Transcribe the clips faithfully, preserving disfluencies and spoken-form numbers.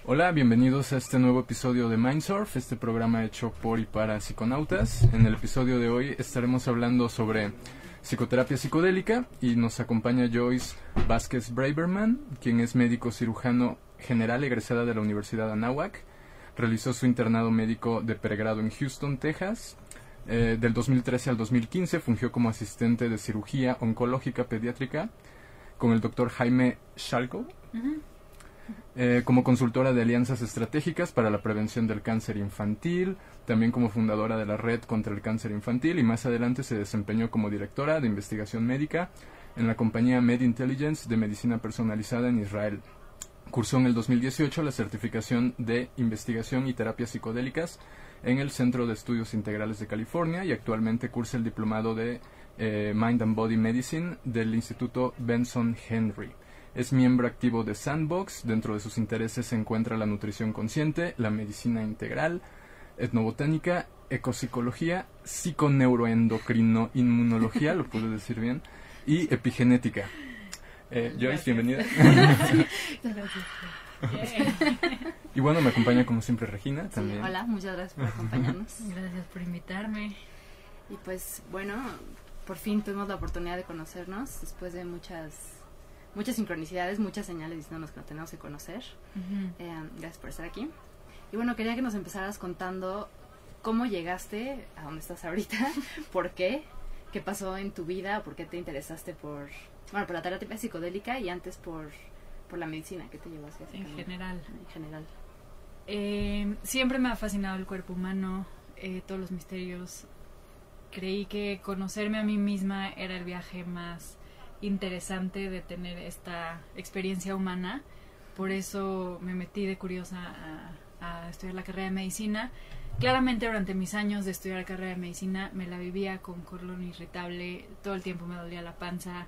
Hola, bienvenidos a este nuevo episodio de Mindsurf, este programa hecho por y para psiconautas. En el episodio de hoy estaremos hablando sobre psicoterapia psicodélica y nos acompaña Joyce Vázquez Braverman, quien es médico cirujano general egresada de la Universidad Anáhuac. Realizó su internado médico de pregrado en Houston, Texas. Eh, del dos mil trece al dos mil quince fungió como asistente de cirugía oncológica pediátrica con el doctor Jaime Schalko. Uh-huh. Eh, como consultora de alianzas estratégicas para la prevención del cáncer infantil, también como fundadora de la Red contra el Cáncer Infantil, y más adelante se desempeñó como directora de investigación médica en la compañía MedIntelligence de medicina personalizada en Israel. Cursó en el dos mil dieciocho la certificación de investigación y terapias psicodélicas en el Centro de Estudios Integrales de California y actualmente cursa el diplomado de eh, Mind and Body Medicine del Instituto Benson Henry. Es miembro activo de Sandbox. Dentro de sus intereses se encuentra la nutrición consciente, la medicina integral, etnobotánica, ecopsicología, psiconeuroendocrinoinmunología, lo puedo decir bien, y epigenética. Eh, Joyce, bienvenida. Y bueno, me acompaña como siempre Regina también. Sí, hola, muchas gracias por acompañarnos. Gracias por invitarme. Y pues bueno, por fin tuvimos la oportunidad de conocernos después de muchas... muchas sincronicidades, muchas señales diciéndonos que nos tenemos que conocer. Uh-huh. Eh, gracias por estar aquí. Y bueno, quería que nos empezaras contando cómo llegaste a donde estás ahorita, por qué, qué pasó en tu vida, por qué te interesaste por, bueno, por la terapia psicodélica y antes por, por la medicina, ¿qué te llevó hacia ese En camino? general. En general. Eh, siempre me ha fascinado el cuerpo humano, eh, todos los misterios. Creí que conocerme a mí misma era el viaje más interesante de tener esta experiencia humana. Por eso me metí de curiosa a, a estudiar la carrera de medicina. Claramente durante mis años de estudiar la carrera de medicina me la vivía con colon irritable, todo el tiempo me dolía la panza,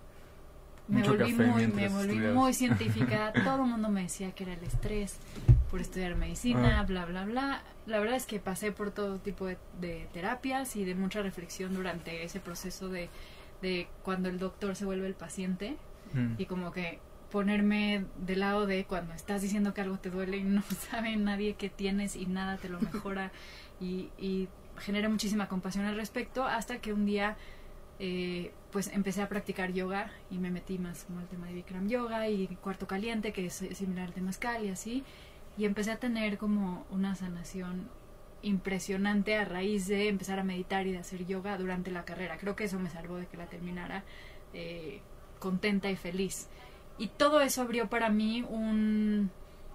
me Mucho volví, café muy, me volví estudiabas. muy científica, todo el mundo me decía que era el estrés por estudiar medicina, ah. bla bla bla. La verdad es que pasé por todo tipo de, de terapias y de mucha reflexión durante ese proceso de de cuando el doctor se vuelve el paciente mm. y como que ponerme del lado de cuando estás diciendo que algo te duele y no sabe nadie qué tienes y nada te lo mejora y, y generé muchísima compasión al respecto hasta que un día eh, pues empecé a practicar yoga y me metí más como el tema de Bikram yoga y cuarto caliente que es similar al temazcal y así y empecé a tener como una sanación impresionante a raíz de empezar a meditar y de hacer yoga durante la carrera. Creo que eso me salvó de que la terminara eh, contenta y feliz. Y todo eso abrió para mí un,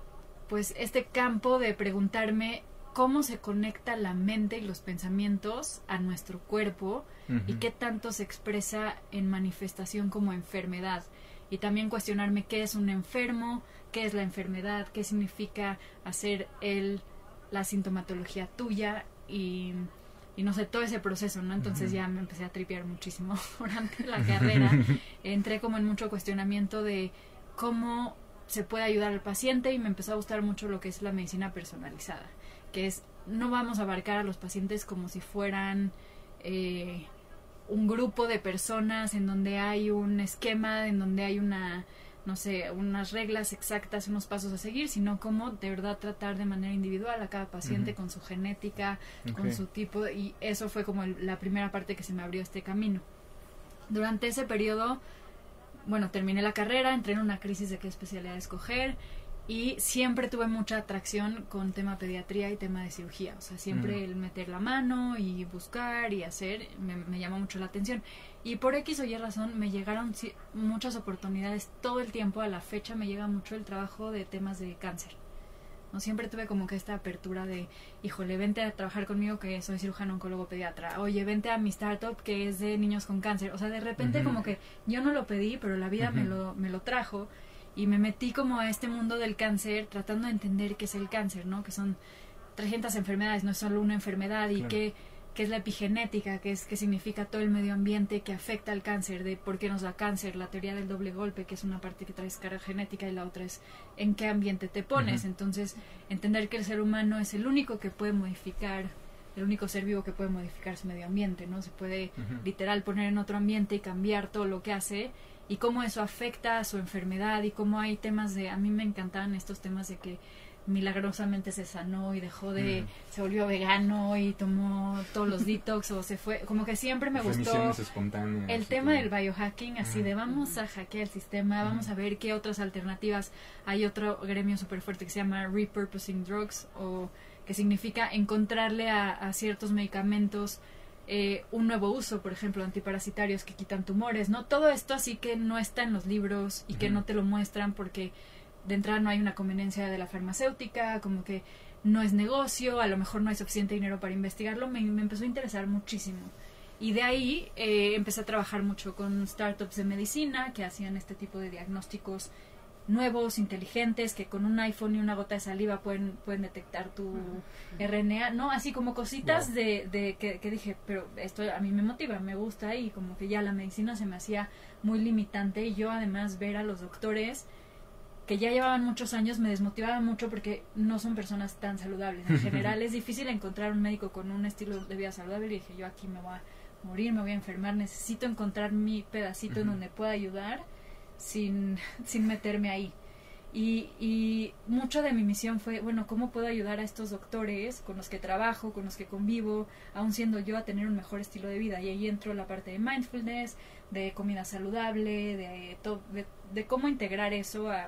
pues este campo de preguntarme cómo se conecta la mente y los pensamientos a nuestro cuerpo uh-huh. y qué tanto se expresa en manifestación como enfermedad. Y también cuestionarme qué es un enfermo, qué es la enfermedad, qué significa hacer el la sintomatología tuya y, y no sé, todo ese proceso, ¿no? Entonces uh-huh. ya me empecé a tripear muchísimo durante la carrera. Entré como en mucho cuestionamiento de cómo se puede ayudar al paciente y me empezó a gustar mucho lo que es la medicina personalizada, que es, no vamos a abarcar a los pacientes como si fueran eh, un grupo de personas en donde hay un esquema, en donde hay una... no sé, unas reglas exactas, unos pasos a seguir, sino como de verdad tratar de manera individual a cada paciente uh-huh. con su genética, okay. con su tipo, y eso fue como el, la primera parte que se me abrió este camino. Durante ese periodo, bueno, terminé la carrera, entré en una crisis de qué especialidad escoger, y siempre tuve mucha atracción con tema pediatría y tema de cirugía, o sea, siempre uh-huh. el meter la mano y buscar y hacer, me, me llamó mucho la atención. Y por X o Y razón me llegaron sí, muchas oportunidades todo el tiempo. A la fecha me llega mucho el trabajo de temas de cáncer, ¿no? Siempre tuve como que esta apertura de, híjole, vente a trabajar conmigo que soy cirujano oncólogo pediatra. Oye, vente a mi startup que es de niños con cáncer. O sea, de repente uh-huh. como que yo no lo pedí, pero la vida uh-huh. me lo me lo trajo. Y me metí como a este mundo del cáncer tratando de entender qué es el cáncer, ¿no? Que son trescientas enfermedades, no es solo una enfermedad y claro. que... qué es la epigenética, qué es qué significa todo el medio ambiente que afecta al cáncer, de por qué nos da cáncer, la teoría del doble golpe, que es una parte que traes carga genética y la otra es en qué ambiente te pones. Uh-huh. Entonces, entender que el ser humano es el único que puede modificar, el único ser vivo que puede modificar su medio ambiente, ¿no? Se puede uh-huh. literal poner en otro ambiente y cambiar todo lo que hace y cómo eso afecta a su enfermedad y cómo hay temas de, a mí me encantaban estos temas de que milagrosamente se sanó y dejó de, Mm. se volvió vegano y tomó todos los detox o se fue, como que siempre me gustó Remisiones espontáneas el y tema todo. del biohacking, así Ajá. de vamos a hackear el sistema, vamos a ver qué otras alternativas. Hay otro gremio súper fuerte que se llama repurposing drugs, o que significa encontrarle a, a ciertos medicamentos eh, un nuevo uso, por ejemplo, antiparasitarios que quitan tumores, ¿no? Todo esto así que no está en los libros y que Ujú. no te lo muestran porque de entrada no hay una conveniencia de la farmacéutica, como que no es negocio, a lo mejor no hay suficiente dinero para investigarlo, me, me empezó a interesar muchísimo. Y de ahí eh, empecé a trabajar mucho con startups de medicina que hacían este tipo de diagnósticos nuevos, inteligentes, que con un iPhone y una gota de saliva pueden pueden detectar tu R N A, ¿no? Así como cositas Wow. de, de que, que dije, pero esto a mí me motiva, me gusta, y como que ya la medicina se me hacía muy limitante, y yo además ver a los doctores que ya llevaban muchos años me desmotivaba mucho porque no son personas tan saludables. En general es difícil encontrar un médico con un estilo de vida saludable, y dije, yo aquí me voy a morir, me voy a enfermar, necesito encontrar mi pedacito en Ujú. donde pueda ayudar sin, sin meterme ahí. Y, y mucho de mi misión fue, bueno, ¿cómo puedo ayudar a estos doctores con los que trabajo, con los que convivo, aún siendo yo, a tener un mejor estilo de vida? Y ahí entró la parte de mindfulness, de comida saludable, de, to- de, de cómo integrar eso a,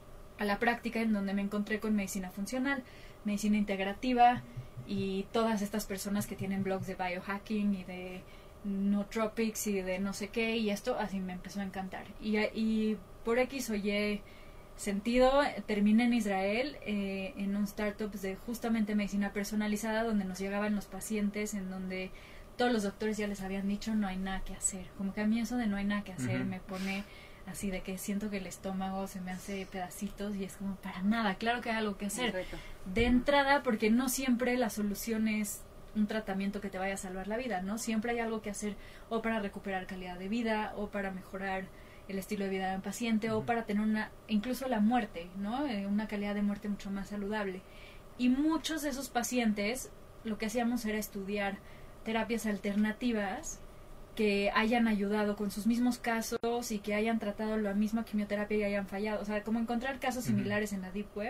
a la práctica, en donde me encontré con medicina funcional, medicina integrativa y todas estas personas que tienen blogs de biohacking y de nootropics y de no sé qué, y esto así me empezó a encantar. Y, y por X o Y sentido terminé en Israel eh, en un startup de justamente medicina personalizada, donde nos llegaban los pacientes, en donde todos los doctores ya les habían dicho no hay nada que hacer. Como que a mí eso de no hay nada que hacer Ujú. me pone así de que siento que el estómago se me hace pedacitos, y es como, para nada, claro que hay algo que Un hacer reto. de entrada, porque no siempre la solución es un tratamiento que te vaya a salvar la vida, ¿no? Siempre hay algo que hacer, o para recuperar calidad de vida, o para mejorar el estilo de vida del paciente, o para tener una, incluso la muerte, ¿no? Eh, una calidad de muerte mucho más saludable. Y muchos de esos pacientes, lo que hacíamos era estudiar terapias alternativas que hayan ayudado con sus mismos casos y que hayan tratado la misma quimioterapia y hayan fallado. O sea, como encontrar casos Ujú. similares en la Deep Web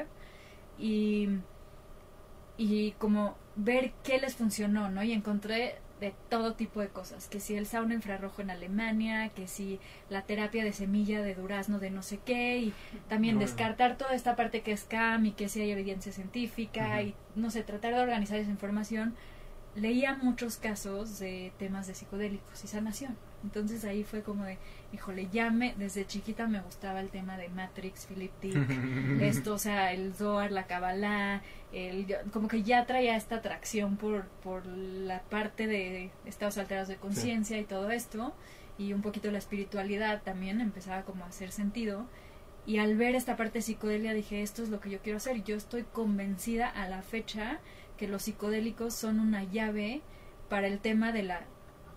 y, y como ver qué les funcionó, ¿no? Y encontré de todo tipo de cosas, que si el sauna infrarrojo en Alemania, que si la terapia de semilla de durazno de no sé qué, y también Bueno. descartar toda esta parte que es scam y que si hay evidencia científica, Ujú. y no sé, tratar de organizar esa información. Leía muchos casos de temas de psicodélicos y sanación. Entonces ahí fue como de, híjole, ya me, desde chiquita me gustaba el tema de Matrix, Philip Dick, esto, o sea, el Zohar, la Kabbalah, el, como que ya traía esta atracción por, por la parte de estados alterados de conciencia, sí, y todo esto, y un poquito la espiritualidad también empezaba como a hacer sentido. Y al ver esta parte de psicodelia dije, esto es lo que yo quiero hacer. Yo estoy convencida a la fecha que los psicodélicos son una llave para el tema de la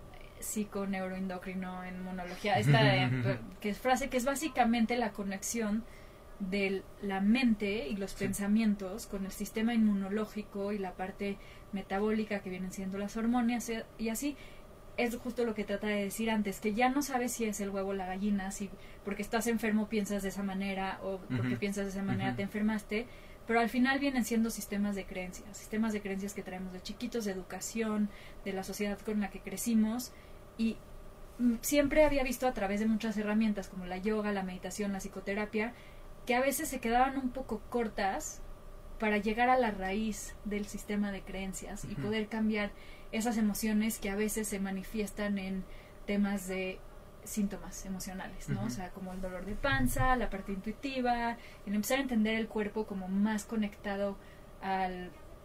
psiconeuroendocrino en inmunología, esta eh, que es frase que es básicamente la conexión de la mente y los, sí, pensamientos con el sistema inmunológico y la parte metabólica que vienen siendo las hormonas, y así es justo lo que trata de decir antes, que ya no sabes si es el huevo o la gallina, si porque estás enfermo piensas de esa manera, o porque uh-huh. piensas de esa manera uh-huh. te enfermaste, pero al final vienen siendo sistemas de creencias, sistemas de creencias que traemos de chiquitos, de educación, de la sociedad con la que crecimos. Y siempre había visto a través de muchas herramientas como la yoga, la meditación, la psicoterapia, que a veces se quedaban un poco cortas para llegar a la raíz del sistema de creencias y poder cambiar esas emociones que a veces se manifiestan en temas de síntomas emocionales, ¿no? Uh-huh. O sea, como el dolor de panza, la parte intuitiva, el empezar a entender el cuerpo como más conectado al,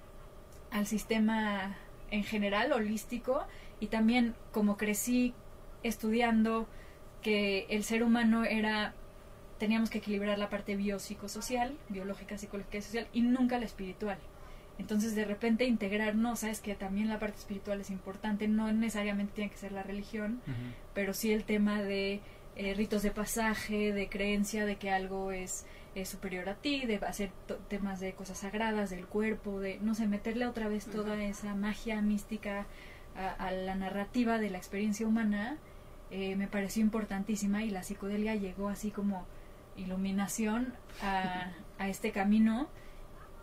al sistema en general, holístico. Y también como crecí estudiando que el ser humano era, teníamos que equilibrar la parte biopsicosocial, biológica, psicológica y social, y nunca la espiritual. Entonces de repente integrar, no, sabes que también la parte espiritual es importante, no necesariamente tiene que ser la religión, uh-huh. pero sí el tema de eh, ritos de pasaje, de creencia de que algo es, es superior a ti, de hacer to- temas de cosas sagradas, del cuerpo, de, no sé, meterle otra vez toda uh-huh. esa magia mística A, a la narrativa de la experiencia humana, eh, me pareció importantísima, y la psicodelia llegó así como iluminación a, a este camino.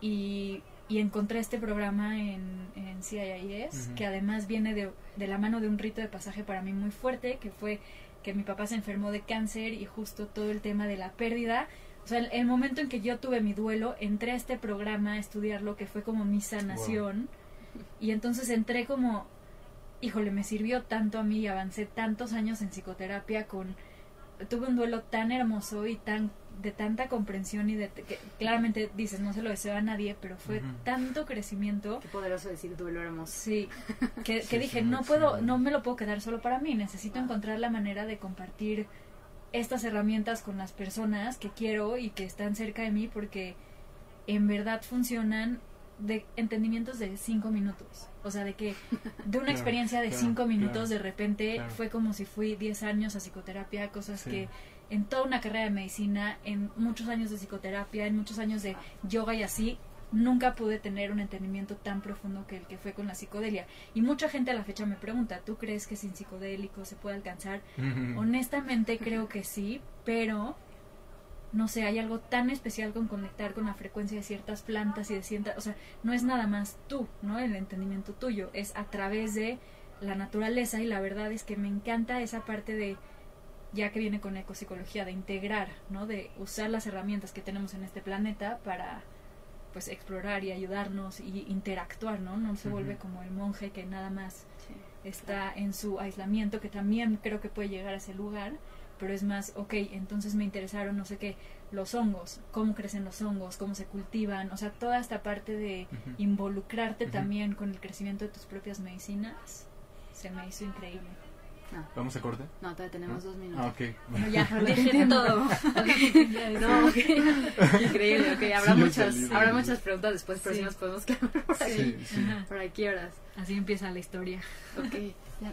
y, y encontré este programa en, en C I I S, uh-huh. que además viene de, de la mano de un rito de pasaje para mí muy fuerte, que fue que mi papá se enfermó de cáncer y justo todo el tema de la pérdida. O sea, el, el momento en que yo tuve mi duelo, entré a este programa a estudiarlo, que fue como mi sanación, wow. y entonces entré como, híjole, me sirvió tanto a mí y avancé tantos años en psicoterapia con... Tuve un duelo tan hermoso y tan de tanta comprensión y de que claramente dices, no se lo deseo a nadie, pero fue uh-huh. tanto crecimiento. Qué poderoso decir duelo hermoso. Sí, que, sí, que dije, sí, no sí, puedo, sí. no me lo puedo quedar solo para mí, necesito wow. encontrar la manera de compartir estas herramientas con las personas que quiero y que están cerca de mí, porque en verdad funcionan de entendimientos de cinco minutos. O sea, de que de una claro, experiencia de claro, cinco minutos claro, de repente claro. fue como si fui diez años a psicoterapia, cosas sí. que en toda una carrera de medicina, en muchos años de psicoterapia, en muchos años de yoga y así, nunca pude tener un entendimiento tan profundo que el que fue con la psicodelia. Y mucha gente a la fecha me pregunta, ¿tú crees que sin psicodélico se puede alcanzar? Mm-hmm. Honestamente creo que sí, pero no sé, hay algo tan especial con conectar con la frecuencia de ciertas plantas y de ciertas, o sea, no es nada más tú, ¿no? El entendimiento tuyo, es a través de la naturaleza, y la verdad es que me encanta esa parte de, ya que viene con ecopsicología, de integrar, ¿no? De usar las herramientas que tenemos en este planeta para, pues, explorar y ayudarnos y interactuar, ¿no? No se uh-huh. vuelve como el monje que nada más sí, está claro. en su aislamiento, que también creo que puede llegar a ese lugar, pero es más, ok, entonces me interesaron, no sé qué, los hongos, cómo crecen los hongos, cómo se cultivan, o sea, toda esta parte de uh-huh. involucrarte uh-huh. también con el crecimiento de tus propias medicinas, se me hizo increíble. No. ¿Vamos a corte? No, todavía tenemos ¿No? dos minutos. Ah, ok. Bueno, ya, dije todo. No, ok. Increíble, ok. Habrá, sí, muchas, salido, habrá muchas preguntas después, pero sí. si nos podemos quedar por aquí. Sí, sí. ¿Por aquí horas? Así empieza la historia. Ok, ya.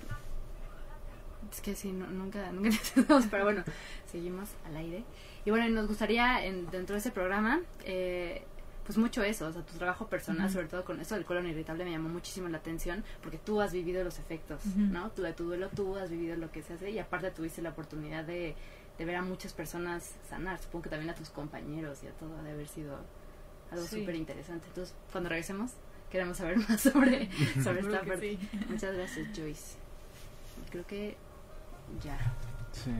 Es que sí, no, nunca, nunca necesitamos, pero bueno, seguimos al aire. Y bueno, nos gustaría, en, dentro de ese programa, eh, pues mucho eso, o sea, tu trabajo personal, uh-huh. sobre todo con eso del colon irritable, me llamó muchísimo la atención, porque tú has vivido los efectos, uh-huh. ¿no? Tú de tu duelo, tú has vivido lo que se hace, y aparte tuviste la oportunidad de, de ver a muchas personas sanar, supongo que también a tus compañeros y a todo, de haber sido algo sí. súper interesante. Entonces, cuando regresemos, queremos saber más sobre, sobre esta parte. Sí. Muchas gracias, Joyce. Creo que ya. Sí.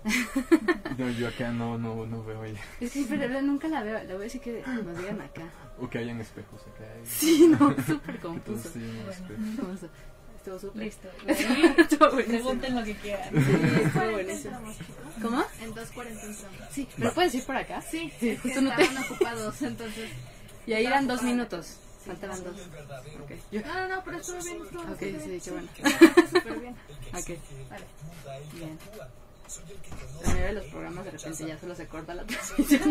No, yo acá no, no, no veo ella. Es que pero nunca la veo, la voy a decir que nos digan acá. O que hayan espejos acá. Hay... Sí, no, súper confuso. Bueno. Estuvo súper. Listo. Estuvo buenísimo. Pregunten lo que quieran. Sí, estuvo buenísimo. ¿Cómo? En dos cuarenta entramos. Sí, ¿pero puedes ir por acá? Sí, sí, es justo que no estaban te... ocupados, entonces. Y ahí eran dos minutos. Faltaban dos. Okay. Yo... No, no, no, pero estuvo bien, estuvo Ok, bien. sí, qué bueno. Súper bien. Ok. Vale. Bien. La mayoría de los programas de repente ya solo se corta la transmisión.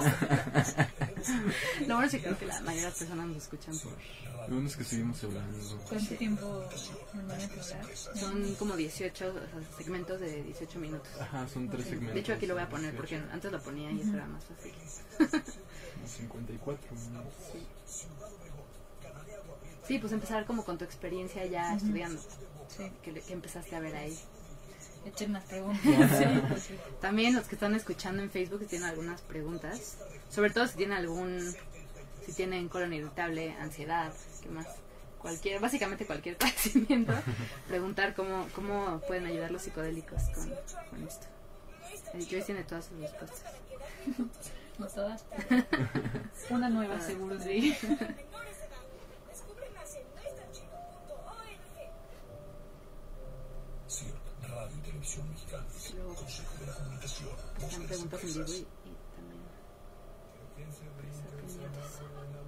Lo bueno es que creo que la mayoría de las personas nos escuchan por... Lo bueno es que seguimos hablando. ¿Cuánto tiempo normalmente hablar? Son como dieciocho, o sea, segmentos de dieciocho minutos. Ajá, son tres segmentos. De hecho aquí lo voy a poner porque antes lo ponía y eso era más fácil. Como cincuenta y cuatro minutos. Sí. Sí, pues empezar como con tu experiencia ya uh-huh. estudiando. Sí. Que, que empezaste a ver ahí. Echen más preguntas. Sí. También los que están escuchando en Facebook, si tienen algunas preguntas, sobre todo si tienen algún, si tienen colon irritable, ansiedad, ¿qué más? Cualquier, básicamente cualquier padecimiento, preguntar cómo, cómo pueden ayudar los psicodélicos con, con esto. Joyce tiene todas sus respuestas. No todas, pero una nueva ah, seguro, sí. Radio y Televisión Mexicana, Consejo de la Comunicación. Están preguntas en vivo y, y también pendientes.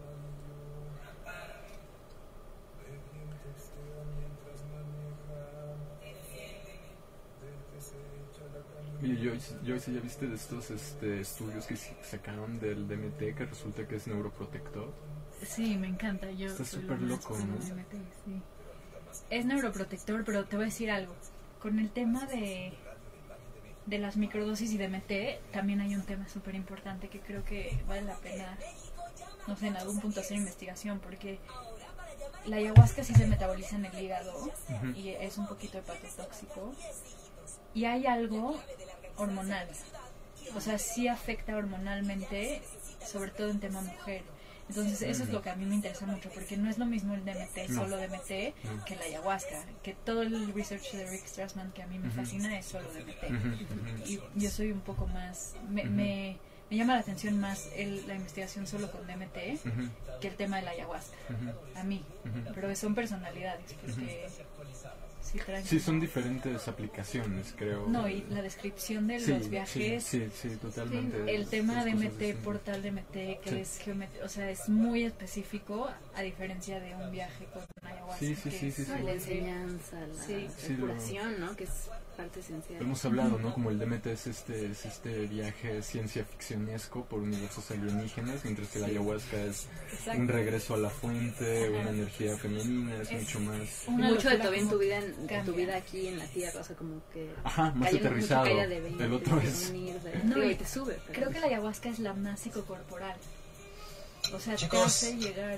Oye, Joyce, Joyce, ¿ya viste de estos este, estudios que sacaron del D M T que resulta que es neuroprotector? Sí, me encanta. Yo está súper loco, ¿no? D M T, sí. Es neuroprotector, pero te voy a decir algo. Con el tema de, de las microdosis y D M T, también hay un tema súper importante que creo que vale la pena, no sé, en algún punto hacer investigación, porque la ayahuasca sí se metaboliza en el hígado uh-huh. y es un poquito hepatotóxico, y hay algo hormonal, o sea, sí afecta hormonalmente, sobre todo en tema mujer. Entonces eso es lo que a mí me interesa mucho, porque no es lo mismo el D M T, No. solo D M T, No. que la ayahuasca, que todo el research de Rick Strassman que a mí me Ujú. fascina es solo D M T. Ujú, ujú. Y yo soy un poco más, me, Ujú. me, me llama la atención más el, la investigación solo con D M T Ujú, que el tema de la ayahuasca, ujú. a mí, Ujú. pero son personalidades, porque sí traen Sí, como- son diferentes aplicaciones, creo. No, y la descripción de Sí, los viajes, Sí, sí, sí, totalmente. el tema Las de cosas M T, distintas. portal de M T, que Sí. es geometría, o sea, es muy específico a diferencia de un viaje con ayahuasca. Sí, sí, que sí, es- sí, sí. No, y la enseñanza, la Sí. Sí, lo- curación, ¿no? Que es parte esencial. Hemos hablado, ¿no? Como el D M T es este, es este viaje ciencia ficcionesco por universos alienígenas, mientras que la ayahuasca es Exacto. un regreso a la fuente, Ajá. una energía femenina, es, Es- mucho más... Y Una mucho de locura tu, en como tu vida, en, de cambia. tu vida aquí en la tierra, o sea, como que... Ajá, más cayendo aterrizado. mucho caída de veinte, El otro de es... unir, de- No, digo, y y te sube. pero- Creo que la ayahuasca es la más psicocorporal. O sea, te Chicos. hace llegar.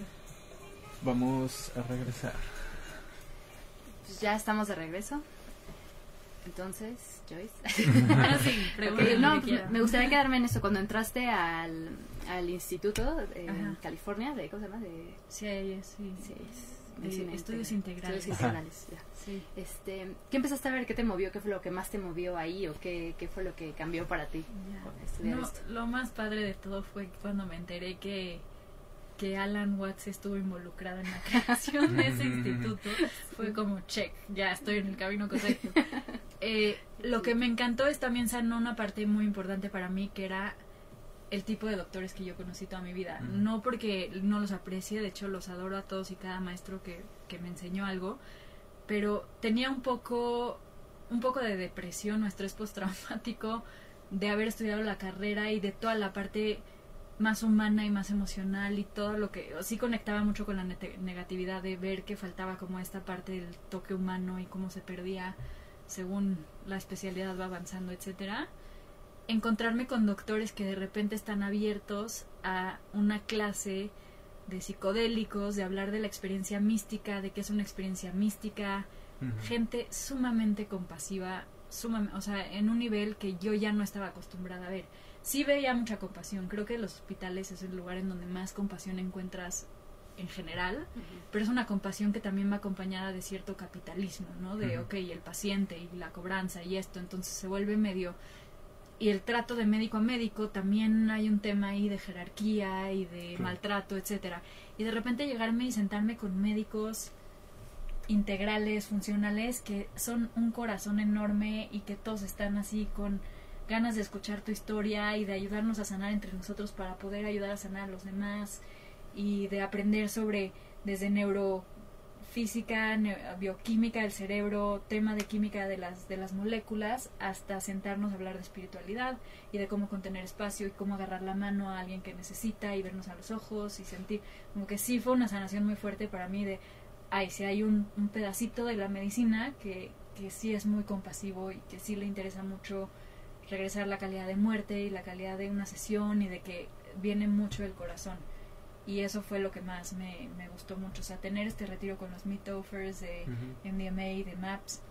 Vamos a regresar. Pues ya estamos de regreso. Entonces, Joyce. Ah, sí, Ok, pregunten no, lo que pues, quieran. me gustaría quedarme en esto. Cuando entraste al, al instituto en Ajá. California, de, ¿cómo se llama? De Sí, ahí es, sí. sí, es- De medicina estudios integral. integrales. Estudios integrales, ya. Sí. Este, ¿qué empezaste a ver? ¿Qué te movió? ¿Qué fue lo que más te movió ahí? ¿O qué, qué fue lo que cambió para ti Ya. estudiar No, esto? lo más padre de todo fue cuando me enteré que, que Alan Watts estuvo involucrado en la creación de ese instituto. Fue como, check, ya estoy en el camino correcto. Eh, lo que me encantó es también sanó una parte muy importante para mí, que era el tipo de doctores que yo conocí toda mi vida. Ujú. No porque no los aprecie, de hecho los adoro a todos y cada maestro que, que me enseñó algo, pero tenía un poco, un poco de depresión o estrés postraumático de haber estudiado la carrera y de toda la parte más humana y más emocional y todo lo que sí conectaba mucho con la nete- negatividad de ver que faltaba como esta parte del toque humano y cómo se perdía según la especialidad va avanzando, etcétera. Encontrarme con doctores que de repente están abiertos a una clase de psicodélicos, de hablar de la experiencia mística, de qué es una experiencia mística, Ujú. gente sumamente compasiva, sumamente, o sea, en un nivel que yo ya no estaba acostumbrada a ver. Sí veía mucha compasión, creo que los hospitales es el lugar en donde más compasión encuentras en general, pero es una compasión que también va acompañada de cierto capitalismo, ¿no? De, Ujú. ok, el paciente y la cobranza y esto, entonces se vuelve medio... Y el trato de médico a médico, también hay un tema ahí de jerarquía y de Claro. maltrato, etcétera. Y de repente llegarme y sentarme con médicos integrales, funcionales, que son un corazón enorme y que todos están así con ganas de escuchar tu historia y de ayudarnos a sanar entre nosotros para poder ayudar a sanar a los demás y de aprender sobre desde neurofísica, neo- bioquímica del cerebro, tema de química de las de las moléculas, hasta sentarnos a hablar de espiritualidad y de cómo contener espacio y cómo agarrar la mano a alguien que necesita y vernos a los ojos y sentir como que sí fue una sanación muy fuerte para mí de ay, si hay un, un pedacito de la medicina que, que sí es muy compasivo y que sí le interesa mucho regresar la calidad de muerte y la calidad de una sesión y de que viene mucho del corazón. Y eso fue lo que más me, me gustó mucho, o sea, tener este retiro con los Meetofers de Ujú. M D M A, de MAPS,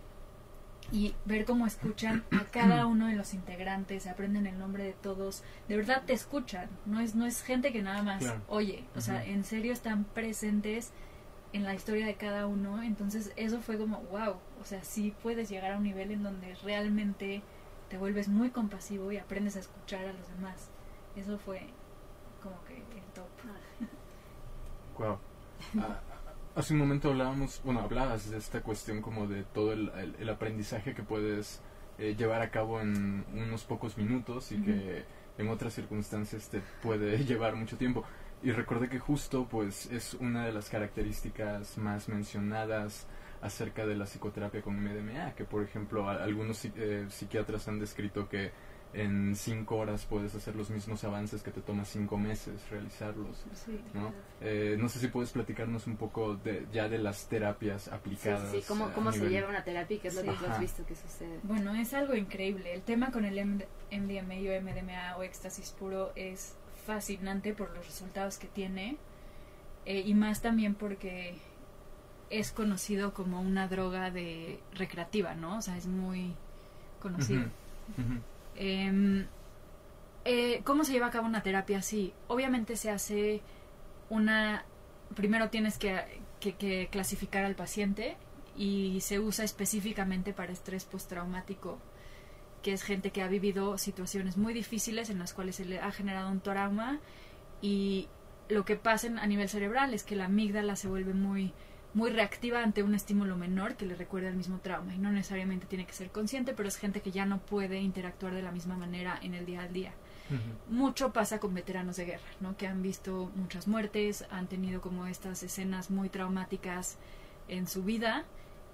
y ver cómo escuchan a cada uno de los integrantes, aprenden el nombre de todos, de verdad te escuchan, no es, no es gente que nada más Claro. oye, o sea, Ujú. en serio están presentes en la historia de cada uno, entonces eso fue como wow, o sea, sí puedes llegar a un nivel en donde realmente te vuelves muy compasivo y aprendes a escuchar a los demás. Eso fue como que el top. Wow. Ah, hace un momento hablábamos, bueno, hablabas de esta cuestión como de todo el, el- el aprendizaje que puedes eh, llevar a cabo en unos pocos minutos y Ujú. que en otras circunstancias te puede llevar mucho tiempo. Y recordé que justo pues es una de las características más mencionadas acerca de la psicoterapia con M D M A, que por ejemplo a- algunos psi- eh, psiquiatras han descrito que en cinco horas puedes hacer los mismos avances que te toma cinco meses realizarlos, Sí. ¿no? Eh, no sé si puedes platicarnos un poco de, ya de las terapias Sí, aplicadas. sí, cómo, a cómo se nivel- lleva una terapia y qué es lo Sí. que tú has Ajá. visto que sucede. Bueno, es algo increíble. El tema con el M D M A o M D M A o éxtasis puro es fascinante por los resultados que tiene eh, y más también porque es conocido como una droga de recreativa, ¿no? O sea, es muy conocido. Ujú, ujú. Eh, eh, ¿Cómo se lleva a cabo una terapia así? Obviamente se hace una, primero tienes que, que, que clasificar al paciente, y se usa específicamente para estrés postraumático, que es gente que ha vivido situaciones muy difíciles en las cuales se le ha generado un trauma, y lo que pasa a nivel cerebral es que la amígdala se vuelve muy muy reactiva ante un estímulo menor que le recuerda el mismo trauma, y no necesariamente tiene que ser consciente, pero es gente que ya no puede interactuar de la misma manera en el día al día. Uh-huh. Mucho pasa con veteranos de guerra, ¿no? Que han visto muchas muertes, han tenido como estas escenas muy traumáticas en su vida,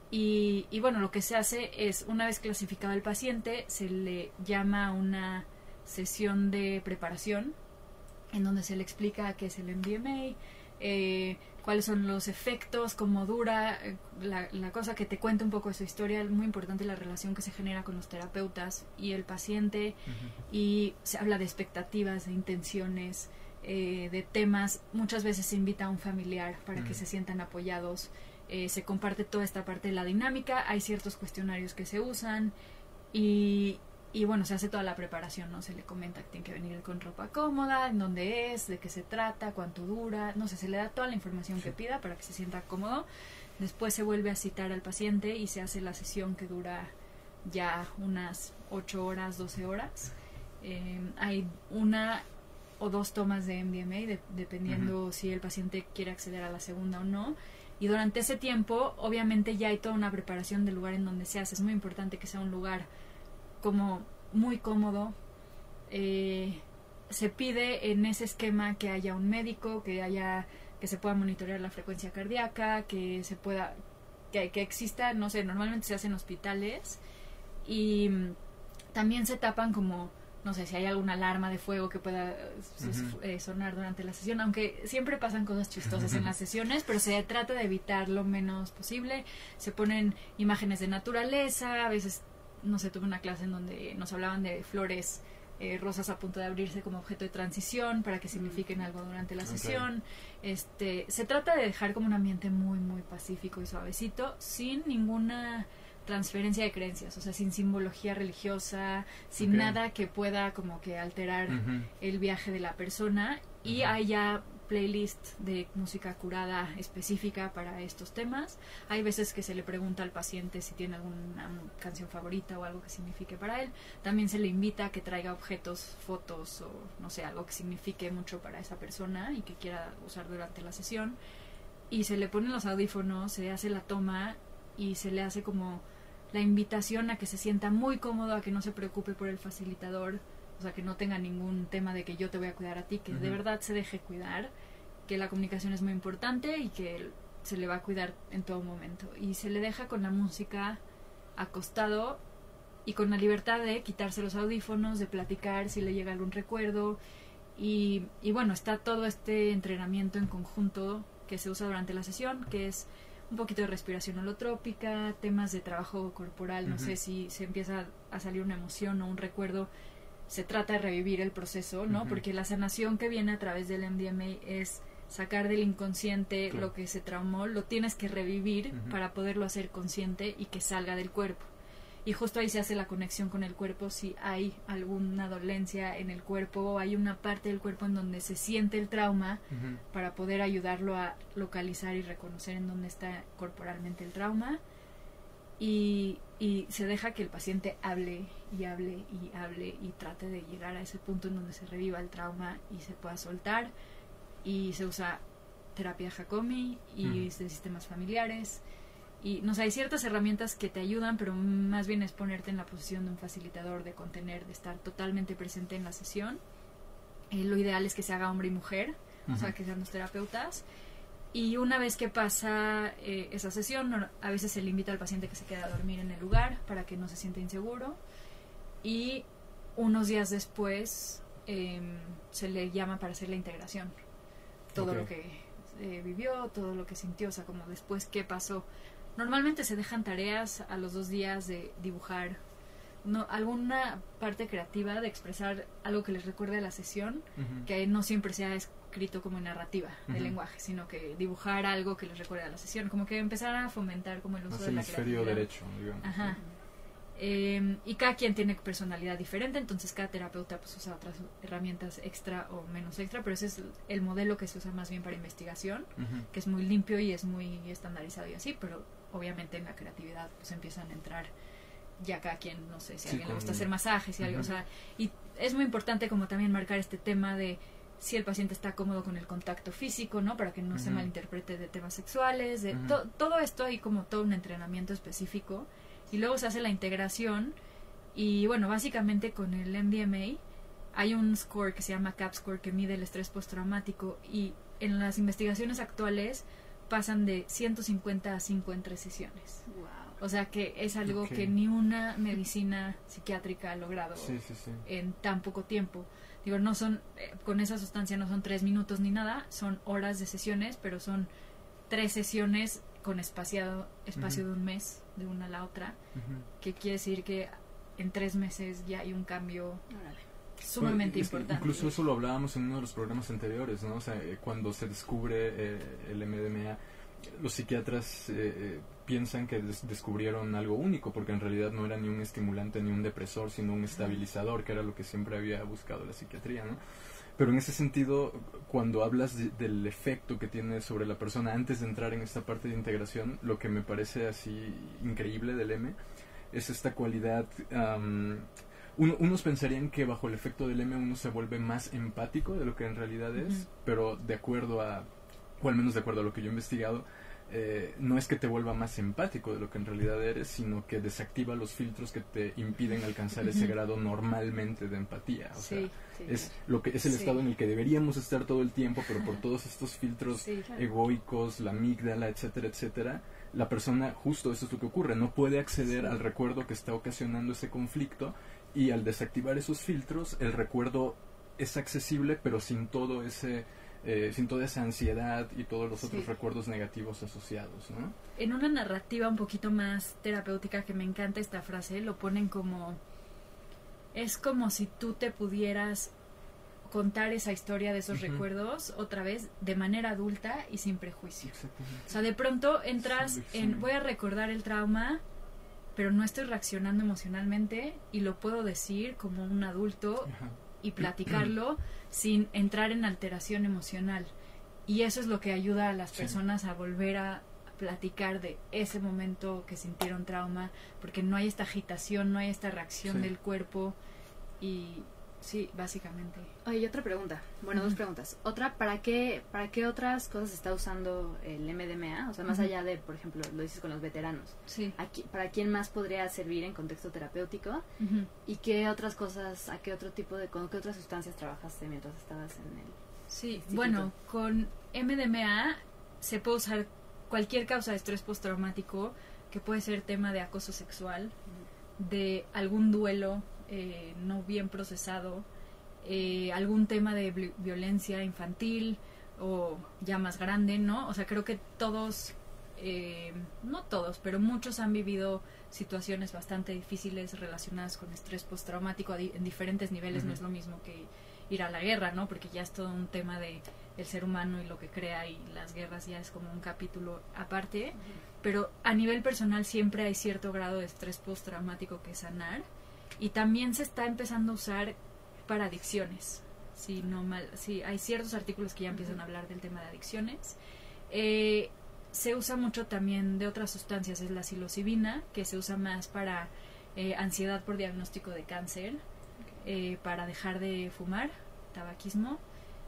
y, y bueno, lo que se hace es, una vez clasificado el paciente, se le llama una sesión de preparación en donde se le explica qué es el M D M A, eh, cuáles son los efectos, cómo dura, eh, la, la cosa, que te cuenta un poco de su historia. Es muy importante la relación que se genera con los terapeutas y el paciente, uh-huh. y se habla de expectativas, de intenciones, eh, de temas. Muchas veces se invita a un familiar para uh-huh. que se sientan apoyados, eh, se comparte toda esta parte de la dinámica, hay ciertos cuestionarios que se usan, y Y bueno, se hace toda la preparación, ¿no? Se le comenta que tiene que venir con ropa cómoda, en dónde es, de qué se trata, cuánto dura, no sé, se le da toda la información sí. que pida para que se sienta cómodo. Después se vuelve a citar al paciente y se hace la sesión, que dura ya unas ocho horas, doce horas. Eh, hay una o dos tomas de M D M A, de, dependiendo uh-huh. si el paciente quiere acceder a la segunda o no. Y durante ese tiempo, obviamente, ya hay toda una preparación del lugar en donde se hace. Es muy importante que sea un lugar como muy cómodo. Eh, se pide en ese esquema que haya un médico, que haya, que se pueda monitorear la frecuencia cardíaca, que se pueda, que, que exista, no sé, normalmente se hace en hospitales, y también se tapan como, no sé, si hay alguna alarma de fuego que pueda uh-huh. eh, sonar durante la sesión, aunque siempre pasan cosas chistosas en las sesiones, pero se trata de evitar lo menos posible. Se ponen imágenes de naturaleza, a veces, no sé, tuve una clase en donde nos hablaban de flores eh, rosas a punto de abrirse como objeto de transición para que signifiquen algo durante la okay. sesión. Este, se trata de dejar como un ambiente muy, muy pacífico y suavecito, sin ninguna transferencia de creencias, o sea, sin simbología religiosa, sin okay. nada que pueda como que alterar uh-huh. el viaje de la persona, y uh-huh. hay ya playlist de música curada específica para estos temas. Hay veces que se le pregunta al paciente si tiene alguna canción favorita o algo que signifique para él. También se le invita a que traiga objetos, fotos o no sé, algo que signifique mucho para esa persona y que quiera usar durante la sesión. Y se le ponen los audífonos, se hace la toma y se le hace como la invitación a que se sienta muy cómodo, a que no se preocupe por el facilitador, o sea, que no tenga ningún tema de que yo te voy a cuidar a ti, que uh-huh. de verdad se deje cuidar, que la comunicación es muy importante y que se le va a cuidar en todo momento. Y se le deja con la música acostado y con la libertad de quitarse los audífonos, de platicar si le llega algún recuerdo. Y, y bueno, está todo este entrenamiento en conjunto que se usa durante la sesión, que es un poquito de respiración holotrópica, temas de trabajo corporal, uh-huh. no sé si se empieza a salir una emoción o un recuerdo, se trata de revivir el proceso, ¿no? Uh-huh. Porque la sanación que viene a través del M D M A es sacar del inconsciente claro. lo que se traumó, lo tienes que revivir uh-huh. para poderlo hacer consciente y que salga del cuerpo. Y justo ahí se hace la conexión con el cuerpo, si hay alguna dolencia en el cuerpo o hay una parte del cuerpo en donde se siente el trauma, uh-huh. para poder ayudarlo a localizar y reconocer en dónde está corporalmente el trauma. Y, y se deja que el paciente hable y hable y hable y trate de llegar a ese punto en donde se reviva el trauma y se pueda soltar. Y se usa terapia Hakomi y uh-huh. de sistemas familiares. Y no sé, hay ciertas herramientas que te ayudan, pero más bien es ponerte en la posición de un facilitador, de contener, de estar totalmente presente en la sesión. Eh, lo ideal es que se haga hombre y mujer, uh-huh. o sea, que sean los terapeutas. Y una vez que pasa eh, esa sesión, a veces se le invita al paciente que se quede a dormir en el lugar para que no se sienta inseguro. Y unos días después eh, se le llama para hacer la integración. Todo okay. lo que eh, vivió, todo lo que sintió, o sea, como después qué pasó. Normalmente se dejan tareas a los dos días de dibujar no, alguna parte creativa, de expresar algo que les recuerde a la sesión, uh-huh. que no siempre sea escrito como narrativa uh-huh. del lenguaje, sino que dibujar algo que les recuerde a la sesión, como que empezar a fomentar como el uso más de la hemisferio creatividad. derecho, digamos. Ajá. Eh, y cada quien tiene personalidad diferente, entonces cada terapeuta pues usa otras herramientas extra o menos extra, pero ese es el modelo que se usa más bien para investigación, uh-huh. que es muy limpio y es muy estandarizado y así, pero obviamente en la creatividad pues empiezan a entrar ya cada quien, no sé, si a sí, alguien le gusta hacer masajes y uh-huh. algo, o sea, y es muy importante como también marcar este tema de si el paciente está cómodo con el contacto físico, ¿no? Para que no uh-huh. se malinterprete de temas sexuales, de uh-huh. to- todo esto hay como todo un entrenamiento específico. Y luego se hace la integración y bueno, básicamente con el M D M A hay un score que se llama CAP score que mide el estrés postraumático y en las investigaciones actuales pasan de ciento cincuenta a cinco en tres sesiones. Wow. O sea que es algo okay. que ni una medicina psiquiátrica ha logrado sí, sí, sí. en tan poco tiempo. Digo, no son, eh, con esa sustancia no son tres minutos ni nada, son horas de sesiones, pero son tres sesiones con espaciado, espacio uh-huh. de un mes, de una a la otra, uh-huh. que quiere decir que en tres meses ya hay un cambio Órale. sumamente bueno, importante. Incluso eso lo hablábamos en uno de los programas anteriores, ¿no? O sea, cuando se descubre eh, el M D M A, los psiquiatras eh, piensan que des- descubrieron algo único, porque en realidad no era ni un estimulante ni un depresor, sino un estabilizador, que era lo que siempre había buscado la psiquiatría, ¿no? Pero en ese sentido, cuando hablas de, del efecto que tiene sobre la persona antes de entrar en esta parte de integración, lo que me parece así increíble del M es esta cualidad. Um, uno, unos pensarían que bajo el efecto del M uno se vuelve más empático de lo que en realidad es, uh-huh. pero de acuerdo a, o al menos de acuerdo a lo que yo he investigado, Eh, no es que te vuelva más empático de lo que en realidad eres, sino que desactiva los filtros que te impiden alcanzar uh-huh. ese grado normalmente de empatía. O sí, sea, sí, es lo que es el sí. estado en el que deberíamos estar todo el tiempo, pero por todos estos filtros sí, claro. egoicos, la amígdala, etcétera, etcétera, la persona, justo eso es lo que ocurre, no puede acceder sí. al recuerdo que está ocasionando ese conflicto, y al desactivar esos filtros, el recuerdo es accesible, pero sin todo ese Eh, sin toda esa ansiedad y todos los sí. otros recuerdos negativos asociados, ¿no? En una narrativa un poquito más terapéutica, que me encanta esta frase, lo ponen como es como si tú te pudieras contar esa historia de esos uh-huh. recuerdos otra vez de manera adulta y sin prejuicio. O sea, de pronto entras sí, sí. en voy a recordar el trauma, pero no estoy reaccionando emocionalmente y lo puedo decir como un adulto uh-huh. y platicarlo sin entrar en alteración emocional, y eso es lo que ayuda a las sí. personas a volver a platicar de ese momento que sintieron trauma, porque no hay esta agitación, no hay esta reacción sí. del cuerpo, y sí, básicamente. Oye, y otra pregunta, bueno, uh-huh. dos preguntas. Otra, ¿para qué para qué otras cosas está usando el M D M A? O sea, más uh-huh. allá de, por ejemplo, lo dices con los veteranos. Sí. Aquí, ¿para quién más podría servir en contexto terapéutico? Uh-huh. ¿Y qué otras cosas, a qué otro tipo de, con qué otras sustancias trabajaste mientras estabas en el Sí, instituto? Bueno, con M D M A se puede usar cualquier causa de estrés postraumático, que puede ser tema de acoso sexual, uh-huh. de algún duelo eh, no bien procesado, eh, algún tema de vi- violencia infantil o ya más grande, ¿no? O sea, creo que todos, eh, no todos, pero muchos han vivido situaciones bastante difíciles relacionadas con estrés postraumático a di- en diferentes niveles. Uh-huh. No es lo mismo que ir a la guerra, ¿no? Porque ya es todo un tema de el ser humano y lo que crea, y las guerras ya es como un capítulo aparte. Uh-huh. Pero a nivel personal siempre hay cierto grado de estrés postraumático que sanar, y también se está empezando a usar para adicciones. Sí, no mal, sí, hay ciertos artículos que ya empiezan uh-huh. a hablar del tema de adicciones. Eh, se usa mucho también de otras sustancias, es la psilocibina, que se usa más para eh, ansiedad por diagnóstico de cáncer, okay. eh, para dejar de fumar, tabaquismo,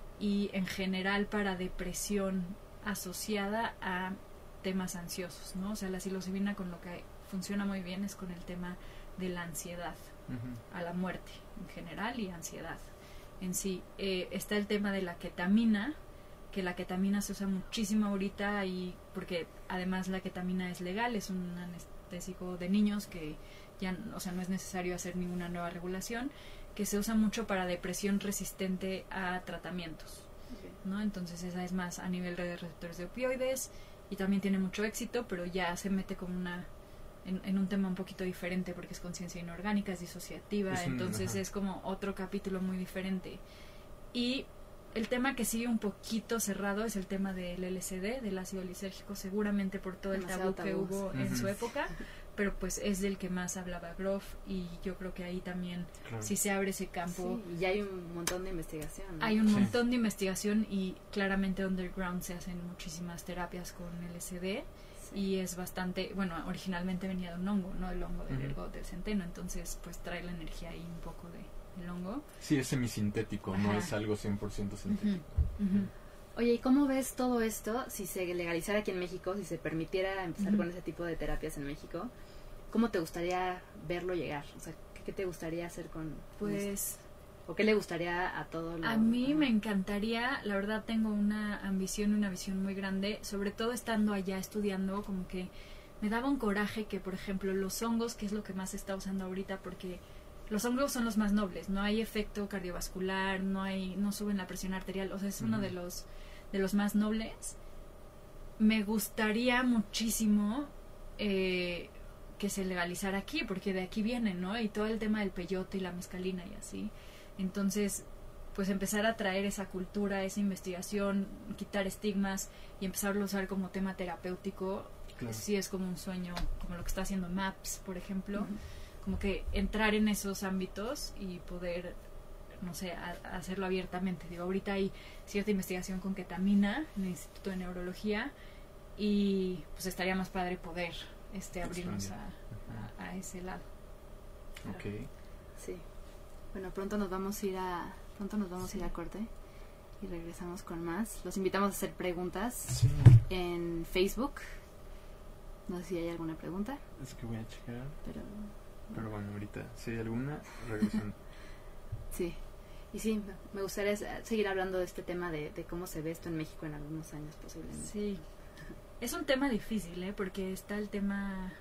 y en general para depresión asociada a temas ansiosos, ¿no? O sea, la psilocibina con lo que funciona muy bien es con el tema de la ansiedad, uh-huh. a la muerte en general y ansiedad en sí. Eh, está el tema de la ketamina, que la ketamina se usa muchísimo ahorita, y porque además la ketamina es legal, es un anestésico de niños que ya, o sea, no es necesario hacer ninguna nueva regulación, que se usa mucho para depresión resistente a tratamientos, okay. ¿no? Entonces esa es más a nivel de receptores de opioides, y también tiene mucho éxito, pero ya se mete como una en, en un tema un poquito diferente, porque es conciencia inorgánica, es disociativa, es un, entonces ajá. es como otro capítulo muy diferente. Y el tema que sigue un poquito cerrado es el tema del L S D, del ácido lisérgico, seguramente por todo el tabú, tabú que hubo uh-huh. en su época, pero pues es del que más hablaba Grof, y yo creo que ahí también claro. si se abre ese campo. Sí, y hay un montón de investigación, ¿no? Hay un sí. montón de investigación, y claramente underground se hacen muchísimas terapias con L S D, sí. y es bastante, bueno, originalmente venía de un hongo, no el hongo del uh-huh. ergot del centeno, entonces pues trae la energía ahí un poco de, del hongo. Sí, es semisintético, Ajá. no es algo cien por ciento sintético. Uh-huh. Uh-huh. Oye, ¿y cómo ves todo esto si se legalizara aquí en México, si se permitiera empezar uh-huh. con ese tipo de terapias en México? ¿Cómo te gustaría verlo llegar? O sea, ¿qué, qué te gustaría hacer con Pues... ¿O qué le gustaría a todos los...? A mí me encantaría, la verdad tengo una ambición, una visión muy grande, sobre todo estando allá estudiando, como que me daba un coraje que, por ejemplo, los hongos, que es lo que más se está usando ahorita, porque los hongos son los más nobles, no hay efecto cardiovascular, no hay no suben la presión arterial, o sea, es uh-huh. uno de los de los más nobles. Me gustaría muchísimo eh, que se legalizara aquí, porque de aquí vienen, ¿no? Y todo el tema del peyote y la mezcalina y así. Entonces, pues empezar a traer esa cultura, esa investigación, quitar estigmas y empezarlo a usar como tema terapéutico, claro. sí es como un sueño, como lo que está haciendo MAPS, por ejemplo, uh-huh. como que entrar en esos ámbitos y poder, no sé, a, a hacerlo abiertamente. Digo, ahorita hay cierta investigación con ketamina en el Instituto de Neurología, y pues estaría más padre poder este abrirnos a, a, a ese lado. Ok. Sí. Bueno, pronto nos vamos a ir a pronto nos vamos sí. a ir a corte y regresamos con más. Los invitamos a hacer preguntas sí. en Facebook. No sé si hay alguna pregunta. Es que voy a checar. Pero, pero bueno, ahorita si hay alguna, regresando. Sí. Y sí, me gustaría seguir hablando de este tema de, de cómo se ve esto en México en algunos años posiblemente. Sí. Es un tema difícil, ¿eh? Porque está el tema...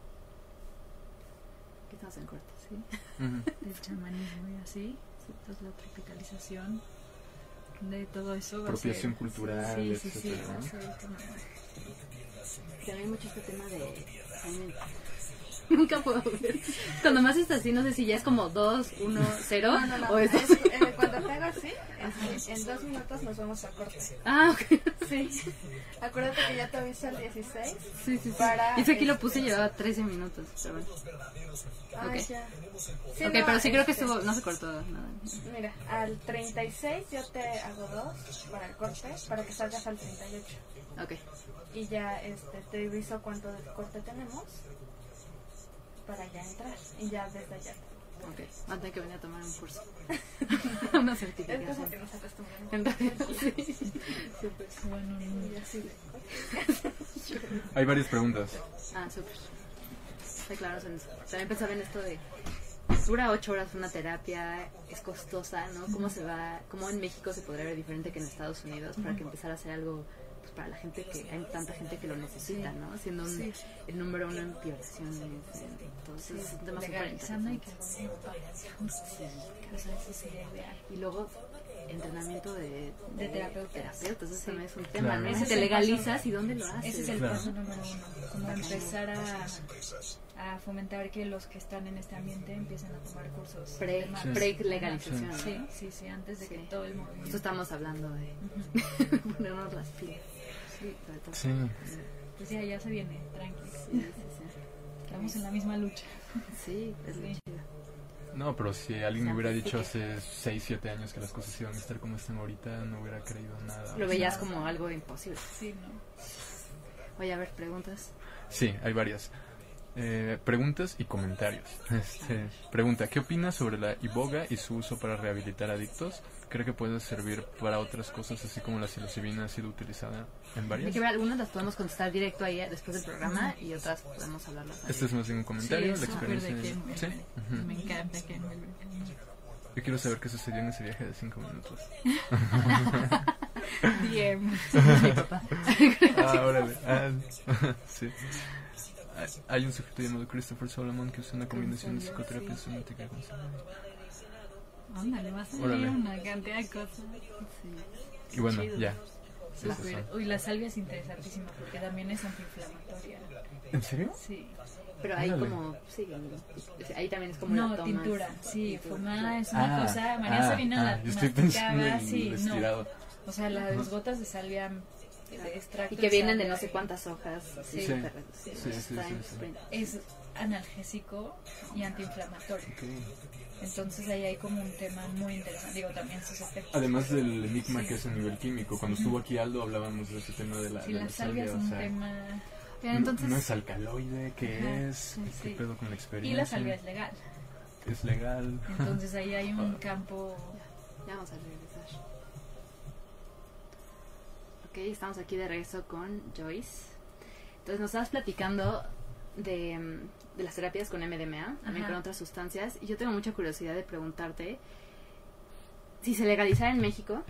Que estamos en corte, ¿sí? Uh-huh. Del chamanismo y así. Sí, entonces la tropicalización de todo eso. Apropiación cultural, sí, sí, etcétera, sí, ¿no? va a ser como... También mucho este tema de... Nunca puedo ver. Cuando más está así, no sé si ya es como dos, uno, cero. No, no, no. O es es, eh, cuando pego así, es, en dos minutos nos vamos a corte. Ah, ok. Sí. Acuérdate que ya te aviso el dieciséis. Sí, sí, sí. Para y eso aquí lo este... puse y llevaba trece minutos. Pero bueno. Ah, okay. ya. Sí, ok, no, pero sí creo que estuvo, no se cortó nada. Mira, al treinta y seis yo te hago dos para el corte, para que salgas al treinta y ocho. Ok. Y ya este, te aviso cuánto de corte tenemos para ya entrar, y ya desde allá. Ok, van a tener que venir a tomar un curso. Una certificación. Es como que nos acostumbramos. En realidad, sí. Súper bueno. Y así de... Hay varias preguntas. Ah, súper. Sí, claro, también pensaba en esto de... Dura ocho horas una terapia, es costosa, ¿no? ¿Cómo se va, cómo en México se podría ver diferente que en Estados Unidos para que empezar a hacer algo... para la gente que hay tanta gente que lo necesita, ¿no? Siendo un, sí. el número uno en violaciones, entonces sí, es un tema súper interesante. Sí, eso sería ideal. Y luego entrenamiento de, de, de terapeutas. terapeutas, eso sí. también es un tema, claro. ¿no? Ese Te legalizas paso, y dónde lo haces. Ese es el claro. paso número uno, como empezar a, a fomentar que los que están en este ambiente empiecen a tomar cursos. Pre, sí. pre-legalización. Sí. ¿no? sí, sí, sí, antes de sí. que todo el movimiento. Justo estamos hablando de uh-huh. ponernos las pilas. Sí, sí. Pues ya, ya se viene, tranqui. Sí, sí, sí. Estamos en la misma lucha. Sí, es sí. muy chido. No, pero si alguien me hubiera dicho hace seis, siete años que las cosas iban a estar como están ahorita, no hubiera creído nada. Lo veías como algo imposible. Sí, ¿no? Oye, a ver, ¿preguntas? Sí, hay varias. Eh, preguntas y comentarios. Este, pregunta, ¿qué opinas sobre la iboga y su uso para rehabilitar adictos? ¿Cree que puede servir para otras cosas, así como la psilocibina ha sido utilizada en varias? Hay que ver, algunas las podemos contestar directo ahí después del programa y otras podemos hablarlas. Este es más bien un comentario, sí, la experiencia. De Ken, ¿sí? Uh-huh. Me encanta Ken. Yo quiero saber qué sucedió en ese viaje de cinco minutos. Bien. Ah, órale. Ah, sí. Hay un sujeto llamado Christopher Solomon que usa una combinación de psicoterapia somática con Ándale, vas a ver una cantidad de cosas. Sí. Y bueno, chido. Ya. Super. Uy, la salvia es interesantísima porque también es antiinflamatoria. ¿En serio? Sí. Pero ahí Dale. como, sí, ahí también es como no, la tomas. tintura, sí, tintura. Fumada es una ah, cosa, María ah, Sabina ah, la yo estoy pensando en sí, estirado. No. O sea, las gotas de salvia de extracto y que vienen de no sé cuántas hojas, sí, sí, sí, sí, sí, sí, sí, sí. es analgésico y antiinflamatorio. Okay. Entonces ahí hay como un tema muy interesante, digo, también sus efectos. Además del enigma sí. que es a nivel químico, cuando estuvo aquí Aldo hablábamos de ese tema de la, sí, de la, la salvia. Es un o sea, tema... Bien, entonces... no, no es alcaloide, ¿qué Ajá, es? Sí, ¿Qué sí. pedo con la experiencia? Y la salvia es legal. Es legal. Entonces ahí hay un campo... Ya vamos a regresar. Ok, estamos aquí de regreso con Joyce. Entonces nos estabas platicando de, de las terapias con M D M A, también Ajá. con otras sustancias, y yo tengo mucha curiosidad de preguntarte si se legalizara en México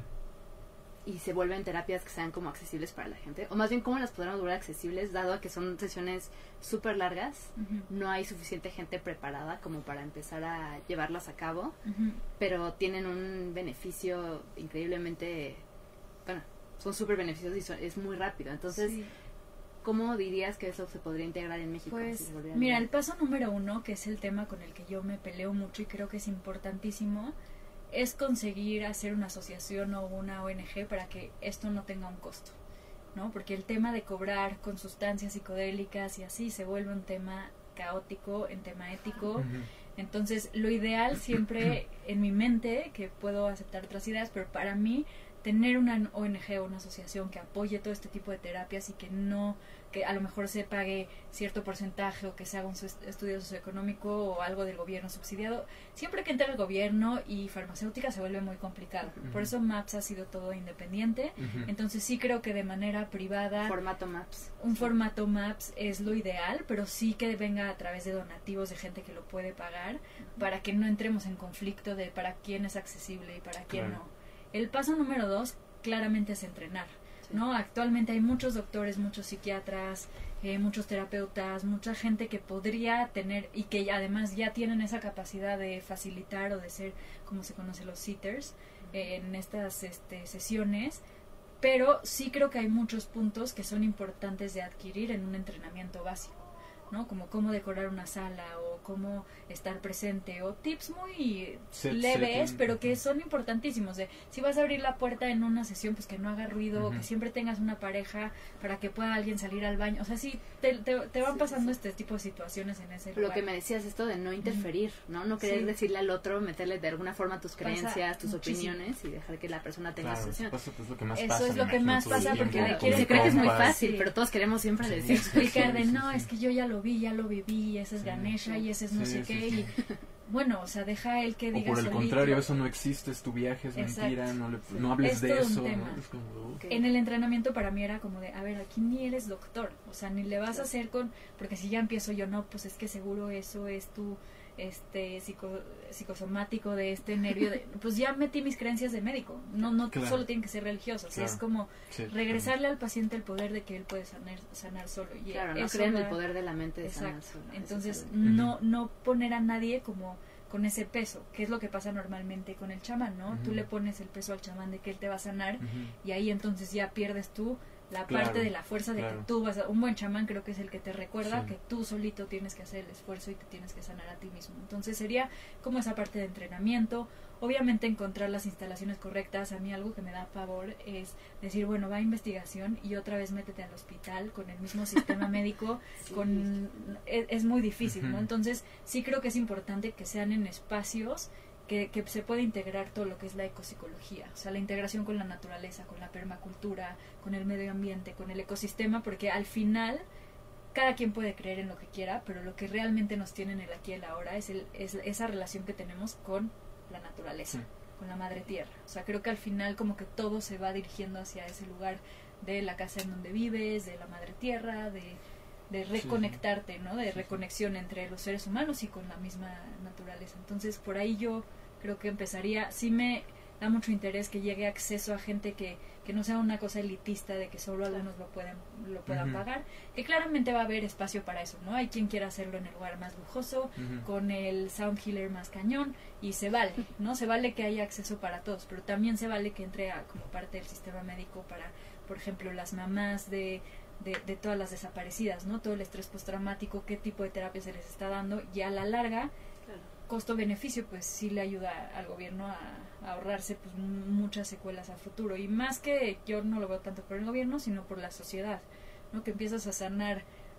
y se vuelven terapias que sean como accesibles para la gente, o más bien cómo las podremos volver accesibles, dado a que son sesiones súper largas, uh-huh. no hay suficiente gente preparada como para empezar a llevarlas a cabo, uh-huh. pero tienen un beneficio increíblemente, bueno, son súper beneficiosos y son, es muy rápido, entonces... Sí. ¿Cómo dirías que eso se podría integrar en México? Pues, si se mira, el paso número uno, que es el tema con el que yo me peleo mucho y creo que es importantísimo, es conseguir hacer una asociación o una O N G para que esto no tenga un costo, ¿no? Porque el tema de cobrar con sustancias psicodélicas y así se vuelve un tema caótico, en tema ético. Uh-huh. Entonces, lo ideal siempre en mi mente, que puedo aceptar otras ideas, pero para mí... tener una O N G o una asociación que apoye todo este tipo de terapias y que no, que a lo mejor se pague cierto porcentaje o que se haga un estudio socioeconómico o algo del gobierno subsidiado, siempre que entre el gobierno y farmacéutica se vuelve muy complicado. Uh-huh. Por eso MAPS ha sido todo independiente. Uh-huh. Entonces sí creo que de manera privada... Formato MAPS. Un formato MAPS es lo ideal, pero sí que venga a través de donativos de gente que lo puede pagar, uh-huh. para que no entremos en conflicto de para quién es accesible y para quién claro. no. El paso número dos, claramente es entrenar, sí. ¿no? Actualmente hay muchos doctores, muchos psiquiatras, eh, muchos terapeutas, mucha gente que podría tener y que además ya tienen esa capacidad de facilitar o de ser, como se conoce, los sitters eh, en estas este, sesiones, pero sí creo que hay muchos puntos que son importantes de adquirir en un entrenamiento básico, ¿no? Como cómo decorar una sala o cómo estar presente o tips muy set, leves set, pero que son importantísimos de si vas a abrir la puerta en una sesión pues que no haga ruido, uh-huh. que siempre tengas una pareja para que pueda alguien salir al baño, o sea sí te, te, te van sí, pasando sí. este tipo de situaciones en ese lugar. Lo que me decías esto de no interferir, uh-huh. no no querer sí. decirle al otro, meterle de alguna forma tus creencias, pasa tus muchísimo. opiniones y dejar que la persona tenga claro, su sesión. Eso, pues, lo que más eso pasa, es lo que más pasa porque claro. se cree que es muy fácil, sí. pero todos queremos siempre sí. decir explicar de no, es que yo ya lo vi, ya lo viví, y ese es sí, Ganesha sí. y ese es no sí, sé sí, qué sí. y bueno, o sea, deja él que diga o por el solito. Contrario, eso no existe, es tu viaje, es Exacto. mentira, no, le, no hables es de eso, ¿no? Es como, okay. En el entrenamiento para mí era como de, a ver, aquí ni eres doctor, o sea, ni le vas sí. a hacer con, porque si ya empiezo yo, no, pues es que seguro eso es tu este psico, psicosomático de este nervio, de, pues ya metí mis creencias de médico, no no claro. solo tienen que ser religiosos, claro. es como sí, regresarle claro. al paciente el poder de que él puede sanar, sanar solo. Y claro, no creen en el poder de la mente de Exacto. sanar solo. Entonces, no, no poner a nadie como con ese peso, que es lo que pasa normalmente con el chamán, ¿no? Uh-huh. Tú le pones el peso al chamán de que él te va a sanar uh-huh. y ahí entonces ya pierdes tú la claro, parte de la fuerza de claro. que tú vas a... Un buen chamán creo que es el que te recuerda sí. que tú solito tienes que hacer el esfuerzo y te tienes que sanar a ti mismo. Entonces sería como esa parte de entrenamiento. Obviamente encontrar las instalaciones correctas. A mí algo que me da pavor es decir, bueno, va a investigación y otra vez métete al hospital con el mismo sistema médico. sí. con es, es muy difícil, uh-huh. ¿no? Entonces sí creo que es importante que sean en espacios Que, que se puede integrar todo lo que es la ecopsicología, o sea, la integración con la naturaleza, con la permacultura, con el medio ambiente, con el ecosistema, porque al final cada quien puede creer en lo que quiera, pero lo que realmente nos tiene en el aquí y el ahora es, el, es esa relación que tenemos con la naturaleza, sí. con la madre tierra. O sea, creo que al final como que todo se va dirigiendo hacia ese lugar de la casa en donde vives, de la madre tierra, de, de reconectarte, ¿no? De reconexión entre los seres humanos y con la misma naturaleza. Entonces, por ahí yo creo que empezaría, sí me da mucho interés que llegue acceso a gente que, que no sea una cosa elitista de que solo algunos lo puedan, lo puedan uh-huh. pagar, que claramente va a haber espacio para eso, ¿no? Hay quien quiera hacerlo en el lugar más lujoso, uh-huh. con el sound healer más cañón, y se vale, ¿no? Se vale que haya acceso para todos, pero también se vale que entre a, como parte del sistema médico para, por ejemplo, las mamás de De, de todas las desaparecidas, ¿no? Todo el estrés postraumático, qué tipo de terapia se les está dando, y a la larga, claro. costo-beneficio, pues sí le ayuda al gobierno a, a ahorrarse pues muchas secuelas a futuro, y más que yo no lo veo tanto por el gobierno, sino por la sociedad, ¿no? Que empiezas a sanar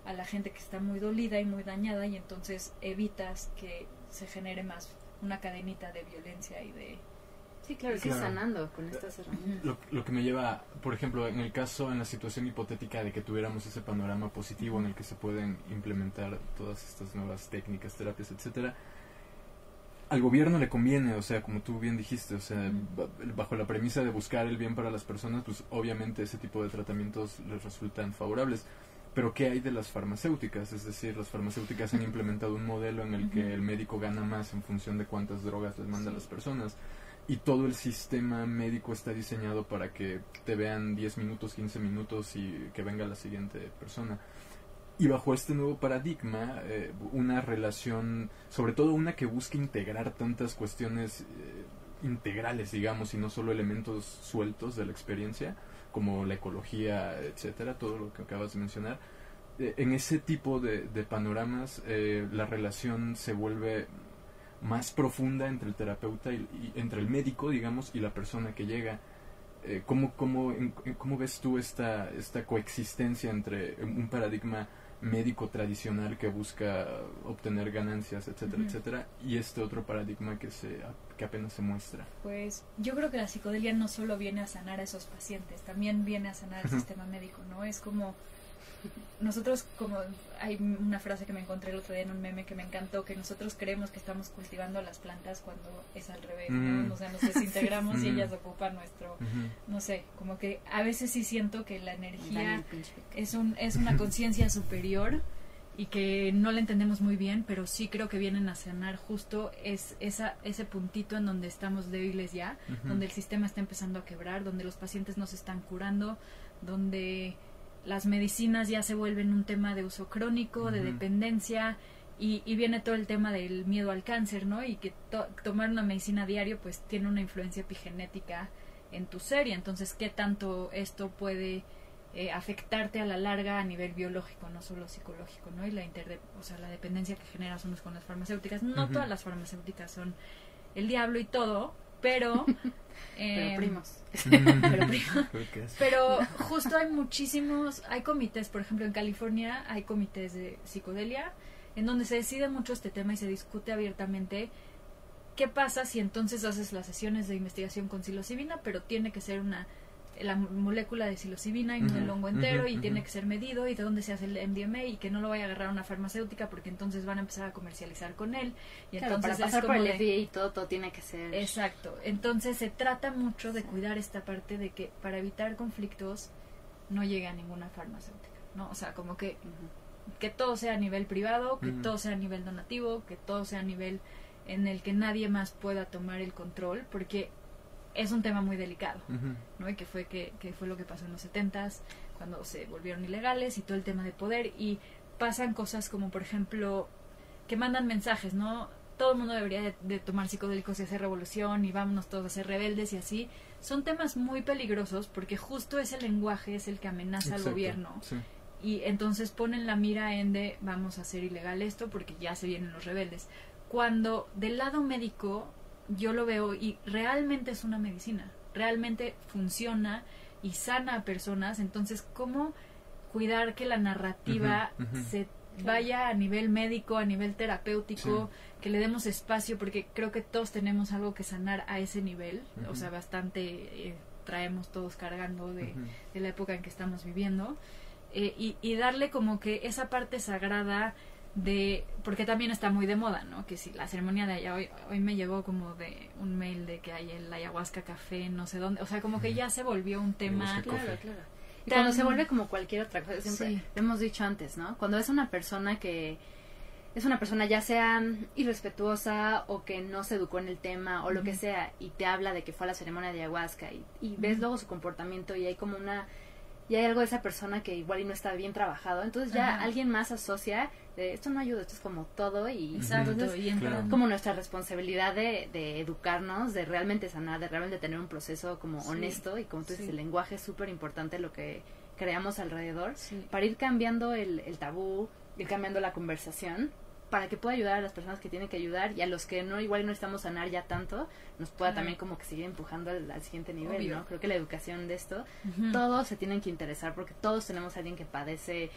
a la gente que está muy dolida y muy dañada, y entonces evitas que se genere más una cadenita de violencia y de... Sí, claro, sí, claro. sanando con estas herramientas. Lo, lo que me lleva, por ejemplo, en el caso, en la situación hipotética de que tuviéramos ese panorama positivo en el que se pueden implementar todas estas nuevas técnicas, terapias, etcétera, al gobierno le conviene, o sea, como tú bien dijiste, o sea, uh-huh. bajo la premisa de buscar el bien para las personas, pues obviamente ese tipo de tratamientos les resultan favorables. Pero ¿qué hay de las farmacéuticas? Es decir, las farmacéuticas han implementado un modelo en el uh-huh. que el médico gana más en función de cuántas drogas les manda sí. a las personas. Y todo el sistema médico está diseñado para que te vean diez minutos, quince minutos y que venga la siguiente persona. Y bajo este nuevo paradigma, eh, una relación, sobre todo una que busque integrar tantas cuestiones eh, integrales, digamos, y no solo elementos sueltos de la experiencia, como la ecología, etcétera, todo lo que acabas de mencionar. Eh, en ese tipo de, de panoramas, eh, la relación se vuelve más profunda entre el terapeuta y, y entre el médico, digamos, y la persona que llega. Eh, ¿cómo, cómo, en, ¿Cómo ves tú esta, esta coexistencia entre un paradigma médico tradicional que busca obtener ganancias, etcétera, uh-huh. etcétera, y este otro paradigma que se que apenas se muestra? Pues yo creo que la psicodelia no solo viene a sanar a esos pacientes, también viene a sanar el uh-huh. sistema médico, ¿no? Es como nosotros, como hay una frase que me encontré el otro día en un meme que me encantó, que nosotros creemos que estamos cultivando las plantas cuando es al revés, ¿no? Mm. O sea, nos desintegramos sí. y ellas ocupan nuestro, uh-huh. no sé, como que a veces sí siento que la energía es un es una conciencia superior y que no la entendemos muy bien, pero sí creo que vienen a sanar justo es esa ese puntito en donde estamos débiles ya, uh-huh. donde el sistema está empezando a quebrar, donde los pacientes no se están curando, donde las medicinas ya se vuelven un tema de uso crónico, uh-huh. de dependencia, y, y viene todo el tema del miedo al cáncer, ¿no? Y que to- tomar una medicina diario pues tiene una influencia epigenética en tu ser, y entonces qué tanto esto puede eh, afectarte a la larga a nivel biológico, no solo psicológico, ¿no? Y la interde- o sea, la dependencia que generas unos con las farmacéuticas. No uh-huh. todas las farmacéuticas son el diablo y todo, pero... Eh, pero primos. pero, primos. pero justo hay muchísimos, hay comités, por ejemplo en California hay comités de psicodelia en donde se decide mucho este tema y se discute abiertamente qué pasa si entonces haces las sesiones de investigación con psilocibina, pero tiene que ser una la molécula de psilocibina y no uh-huh, el hongo entero, uh-huh, y uh-huh. tiene que ser medido, y de dónde se hace el M D M A, y que no lo vaya a agarrar una farmacéutica porque entonces van a empezar a comercializar con él, y claro, entonces para pasar es como por el de, F D A y todo, todo tiene que ser exacto, entonces se trata mucho de cuidar esta parte de que para evitar conflictos no llegue a ninguna farmacéutica, ¿no? O sea, como que uh-huh. que todo sea a nivel privado, que uh-huh. todo sea a nivel donativo, que todo sea a nivel en el que nadie más pueda tomar el control, porque es un tema muy delicado, uh-huh. ¿no? Y que fue que, que fue lo que pasó en los setentas, cuando se volvieron ilegales, y todo el tema de poder, y pasan cosas como, por ejemplo, que mandan mensajes, ¿no? Todo el mundo debería de, de tomar psicodélicos y hacer revolución, y vámonos todos a ser rebeldes, y así. Son temas muy peligrosos, porque justo ese lenguaje es el que amenaza Exacto, al gobierno, sí. y entonces ponen la mira en de, vamos a hacer ilegal esto, porque ya se vienen los rebeldes. Cuando del lado médico yo lo veo y realmente es una medicina, realmente funciona y sana a personas, entonces ¿cómo cuidar que la narrativa uh-huh, uh-huh. se vaya a nivel médico, a nivel terapéutico, sí. que le demos espacio, porque creo que todos tenemos algo que sanar a ese nivel, uh-huh. o sea, bastante eh, traemos todos cargando de, uh-huh. de la época en que estamos viviendo, eh, y, y darle como que esa parte sagrada de, porque también está muy de moda, ¿no? Que si la ceremonia de allá, hoy, hoy me llegó como de un mail de que hay el ayahuasca café, no sé dónde, o sea, como que ya se volvió un tema. Claro, claro. Y tan, cuando se vuelve como cualquier otra cosa, siempre sí. lo hemos dicho antes, ¿no? Cuando es una persona que es una persona ya sea irrespetuosa o que no se educó en el tema o uh-huh. lo que sea, y te habla de que fue a la ceremonia de ayahuasca y, y uh-huh. ves luego su comportamiento y hay como una, y hay algo de esa persona que igual y no está bien trabajado, entonces ya uh-huh. alguien más asocia de esto no ayuda, esto es como todo, y Exacto, entonces y claro. como nuestra responsabilidad de, de educarnos, de realmente sanar, de realmente tener un proceso como sí. honesto, y como tú dices, sí. el lenguaje es súper importante, lo que creamos alrededor, sí. para ir cambiando el, el tabú, ir cambiando la conversación, para que pueda ayudar a las personas que tienen que ayudar, y a los que no igual no estamos sanar ya tanto, nos pueda uh-huh. también como que seguir empujando al, al siguiente nivel, Obvio. ¿no? Creo que la educación de esto, uh-huh. todos se tienen que interesar, porque todos tenemos a alguien que padece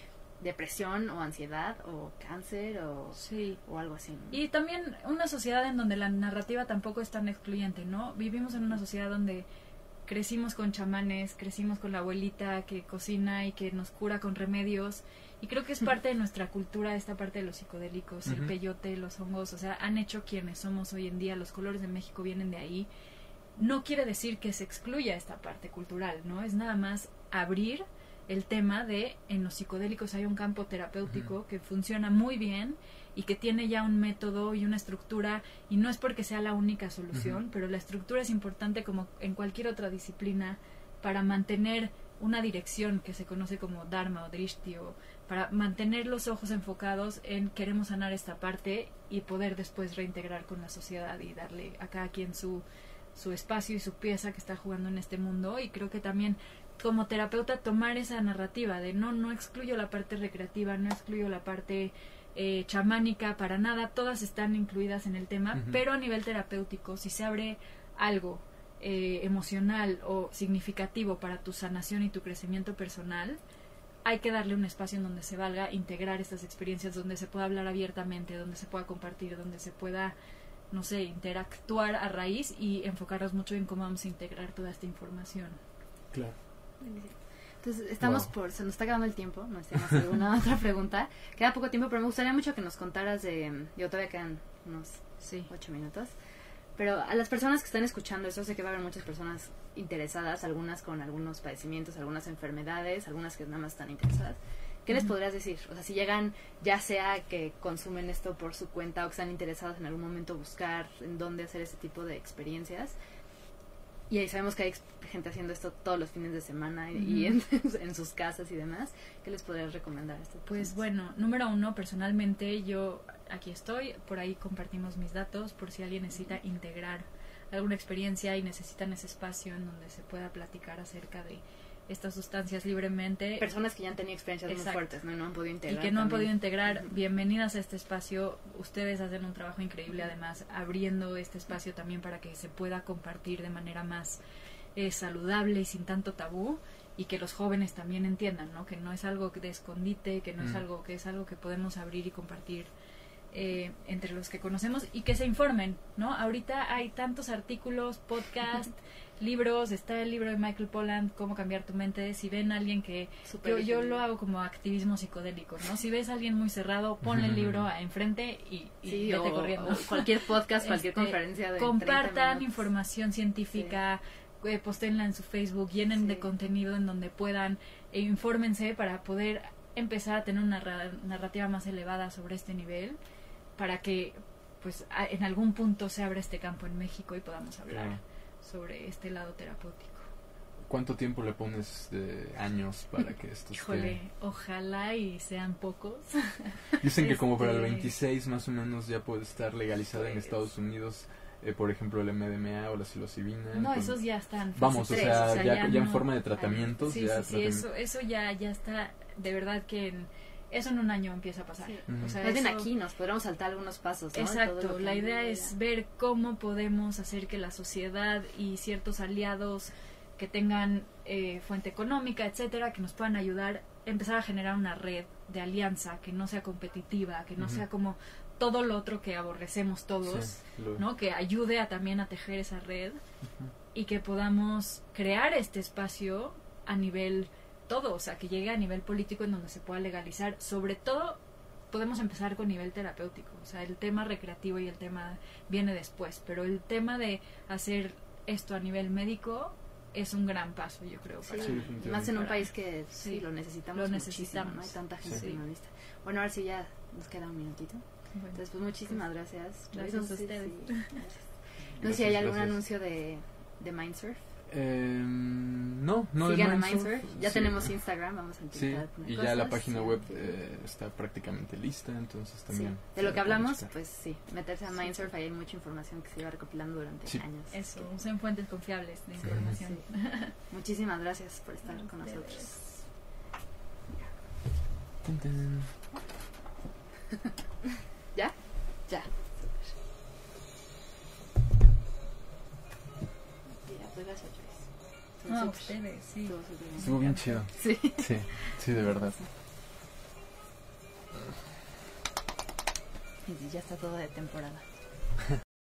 depresión o ansiedad o cáncer o, sí. o algo así, ¿no? Y también una sociedad en donde la narrativa tampoco es tan excluyente, ¿no? Vivimos en una sociedad donde crecimos con chamanes, crecimos con la abuelita que cocina y que nos cura con remedios, y creo que es parte de nuestra cultura esta parte de los psicodélicos, uh-huh. el peyote, los hongos, o sea, han hecho quienes somos hoy en día, los colores de México vienen de ahí. No quiere decir que se excluya esta parte cultural, ¿no? Es nada más abrir el tema de en los psicodélicos hay un campo terapéutico uh-huh. que funciona muy bien y que tiene ya un método y una estructura, y no es porque sea la única solución, uh-huh. pero la estructura es importante como en cualquier otra disciplina para mantener una dirección que se conoce como Dharma o Drishti, o para mantener los ojos enfocados en queremos sanar esta parte y poder después reintegrar con la sociedad y darle a cada quien su, su espacio y su pieza que está jugando en este mundo. Y creo que también como terapeuta tomar esa narrativa de no, no excluyo la parte recreativa, no excluyo la parte eh, chamánica, para nada, todas están incluidas en el tema, uh-huh. pero a nivel terapéutico, si se abre algo eh, emocional o significativo para tu sanación y tu crecimiento personal, hay que darle un espacio en donde se valga integrar estas experiencias, donde se pueda hablar abiertamente, donde se pueda compartir, donde se pueda, no sé, interactuar a raíz y enfocarnos mucho en cómo vamos a integrar toda esta información. Claro. Entonces estamos wow. por, se nos está acabando el tiempo, no sé, más alguna otra pregunta. Queda poco tiempo, pero me gustaría mucho que nos contaras de, yo todavía quedan unos sí. ocho minutos, pero a las personas que están escuchando esto, sé que va a haber muchas personas interesadas, algunas con algunos padecimientos, algunas enfermedades, algunas que nada más están interesadas. ¿Qué uh-huh. les podrías decir? O sea, si llegan, ya sea que consumen esto por su cuenta o que están interesados en algún momento buscar en dónde hacer ese tipo de experiencias. Y ahí sabemos que hay gente haciendo esto todos los fines de semana y, uh-huh. y en, en sus casas y demás. ¿Qué les podrías recomendar a estas personas? Pues bueno, número uno, personalmente yo aquí estoy, por ahí compartimos mis datos por si alguien necesita integrar alguna experiencia y necesitan ese espacio en donde se pueda platicar acerca de estas sustancias libremente. Personas que ya han tenido experiencias Exacto. muy fuertes, ¿no? Y no han podido integrar. Y que no también. han podido integrar, uh-huh. bienvenidas a este espacio. Ustedes hacen un trabajo increíble, además, abriendo este espacio también para que se pueda compartir de manera más eh, saludable y sin tanto tabú, y que los jóvenes también entiendan, ¿no? Que no es algo de escondite, que no uh-huh. es algo que es algo que podemos abrir y compartir eh, entre los que conocemos, y que se informen, ¿no? Ahorita hay tantos artículos, podcasts, libros, está el libro de Michael Pollan, Cómo cambiar tu mente. Si ven a alguien que yo, yo lo hago como activismo psicodélico, ¿no? Si ves a alguien muy cerrado, ponle el libro a enfrente y, y sí, vete o, corriendo. O cualquier podcast, cualquier este, conferencia de compartan información científica, sí. eh, postenla en su Facebook, llenen sí. de contenido en donde puedan, e infórmense para poder empezar a tener una ra- narrativa más elevada sobre este nivel, para que pues a, en algún punto se abra este campo en México y podamos hablar claro. sobre este lado terapéutico. ¿Cuánto tiempo le pones de años para que esto Híjole, esté? ojalá y sean pocos. Dicen que este... como para el veintiséis más o menos ya puede estar legalizada pues... en Estados Unidos, eh, por ejemplo el M D M A o la psilocibina. No, con... esos ya están. Vamos, o sea, o sea, ya, ya, ya no... en forma de tratamientos. Sí, ya sí, sí, eso, eso ya, ya está, de verdad que... En, eso en un año empieza a pasar. Sí. Uh-huh. O sea, más bien eso... aquí nos podremos saltar algunos pasos, ¿no? Exacto, la idea es ver cómo podemos hacer que la sociedad y ciertos aliados que tengan eh, fuente económica, etcétera, que nos puedan ayudar a empezar a generar una red de alianza que no sea competitiva, que no uh-huh. sea como todo lo otro que aborrecemos todos, sí, lo... ¿no? Que ayude a también a tejer esa red uh-huh. y que podamos crear este espacio a nivel todo, o sea, que llegue a nivel político en donde se pueda legalizar. Sobre todo podemos empezar con nivel terapéutico, o sea, el tema recreativo y el tema viene después, pero el tema de hacer esto a nivel médico es un gran paso, yo creo. Sí, sí, más en un país que sí, sí lo necesitamos lo necesitamos, no hay tanta gente sí. lista. Bueno, ahora sí ya nos queda un minutito. Bueno, entonces, pues muchísimas gracias. Gracias no a ustedes. Si, gracias. No sé si hay algún gracias. anuncio de, de Mindsurf. Eh, no, no Sigan de a Mindsurf. Ya sí. tenemos Instagram, vamos a intentar sí, y cosas, ya la página sí, web eh, está prácticamente lista, entonces también. Sí. De lo que hablamos, pues sí, meterse a Mindsurf, ahí hay mucha información que se iba recopilando durante sí. años. Eso, usen fuentes confiables de información. Sí. Muchísimas gracias por estar con nosotros. ¿Ya? Ya. Pues gracias, no, ustedes, sí. Estuvo bien chido. Sí. Sí, sí, de verdad. ya está todo de temporada.